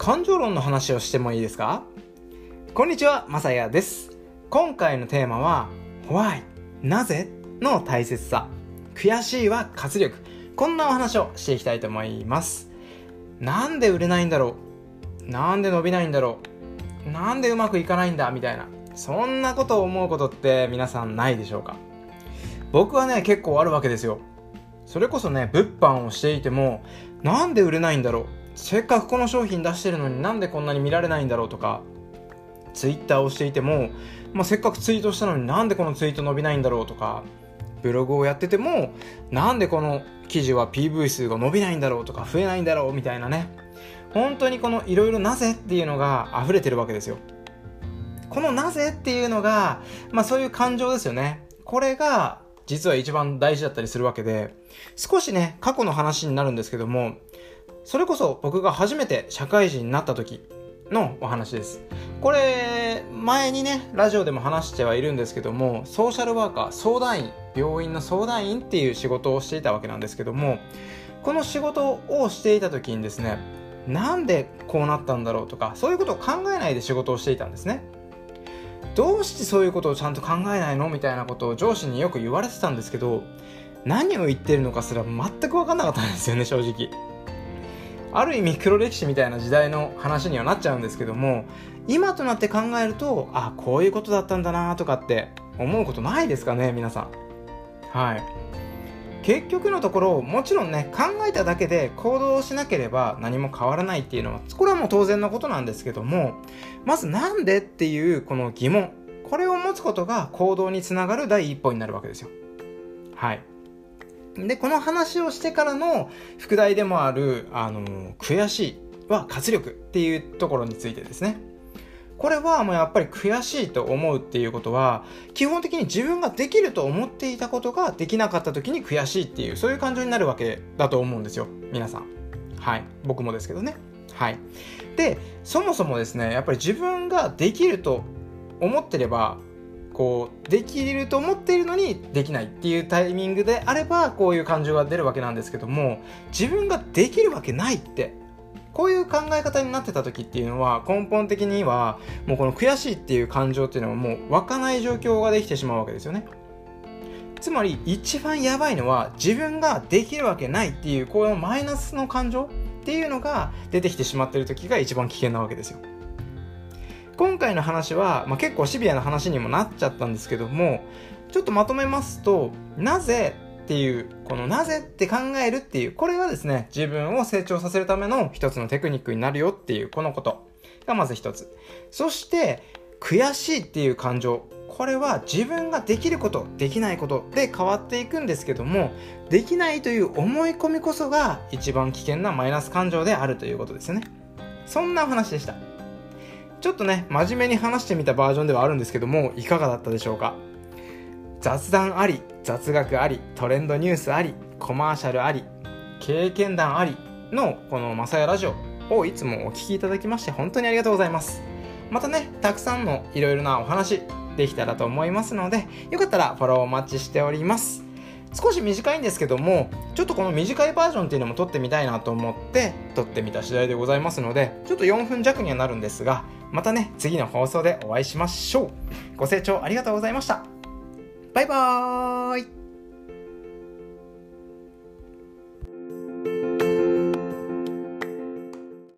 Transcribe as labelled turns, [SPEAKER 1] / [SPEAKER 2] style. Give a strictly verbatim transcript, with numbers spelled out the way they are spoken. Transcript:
[SPEAKER 1] 感情論の話をしてもいいですか？こんにちは、まさやです。今回のテーマは Why? なぜの大切さ、悔しいは活力、こんなお話をしていきたいと思います。なんで売れないんだろう、なんで伸びないんだろう、なんでうまくいかないんだみたいな、そんなことを思うことって皆さんないでしょうか？僕はね、結構あるわけですよ。それこそね、物販をしていてもなんで売れないんだろう、せっかくこの商品出してるのになんでこんなに見られないんだろうとか、ツイッターをしていても、まあ、せっかくツイートしたのになんでこのツイート伸びないんだろうとか、ブログをやっててもなんでこの記事は ピーブイ 数が伸びないんだろうとか増えないんだろうみたいなね、本当にこのいろいろなぜっていうのが溢れてるわけですよ。このなぜっていうのが、まあそういう感情ですよね。これが実は一番大事だったりするわけで、少しね過去の話になるんですけども、それこそ僕が初めて社会人になった時のお話です。これ前にねラジオでも話してはいるんですけども、ソーシャルワーカー、相談員、病院の相談員っていう仕事をしていたわけなんですけども、この仕事をしていた時にですね、なんでこうなったんだろうとか、そういうことを考えないで仕事をしていたんですね。どうしてそういうことをちゃんと考えないのみたいなことを上司によく言われてたんですけど、何を言ってるのかすら全く分かんなかったんですよね、正直。ある意味黒歴史みたいな時代の話にはなっちゃうんですけども、今となって考えると、あ、こういうことだったんだなとかって思うことないですかね、皆さん。はい。結局のところ、もちろんね、考えただけで行動しなければ何も変わらないっていうのは、これはもう当然のことなんですけども、まずなんでっていうこの疑問、これを持つことが行動につながる第一歩になるわけですよ。はい。で、この話をしてからの副題でもある、あの、悔しいは活力っていうところについてですね。これはもうやっぱり悔しいと思うっていうことは、基本的に自分ができると思っていたことができなかった時に悔しいっていう、そういう感情になるわけだと思うんですよ、皆さん。はい。僕もですけどね。はい。で、そもそもですね、やっぱり自分ができると思ってれば、こうできると思っているのにできないっていうタイミングであれば、こういう感情が出るわけなんですけども、自分ができるわけないって、こういう考え方になってた時っていうのは、根本的にはもうこの悔しいっていう感情っていうのはもう湧かない状況ができてしまうわけですよね。つまり一番やばいのは、自分ができるわけないっていうこのマイナスの感情っていうのが出てきてしまっている時が一番危険なわけですよ。今回の話は、まあ、結構シビアな話にもなっちゃったんですけども、ちょっとまとめますと、なぜっていう、このなぜって考えるっていう、これがですね、自分を成長させるための一つのテクニックになるよっていう、このことがまず一つ。そして悔しいっていう感情、これは自分ができること、できないことで変わっていくんですけども、できないという思い込みこそが一番危険なマイナス感情であるということですよね。そんなお話でした。ちょっとね、真面目に話してみたバージョンではあるんですけども、いかがだったでしょうか？雑談あり、雑学あり、トレンドニュースあり、コマーシャルあり、経験談ありのこのまさやラジオをいつもお聞きいただきまして本当にありがとうございます。またね、たくさんのいろいろなお話できたらと思いますので、よかったらフォローお待ちしております。少し短いんですけども、ちょっとこの短いバージョンっていうのも撮ってみたいなと思って撮ってみた次第でございますので、ちょっとよんぷん弱にはなるんですが、またね、次の放送でお会いしましょう。ご清聴ありがとうございました。バイバーイ。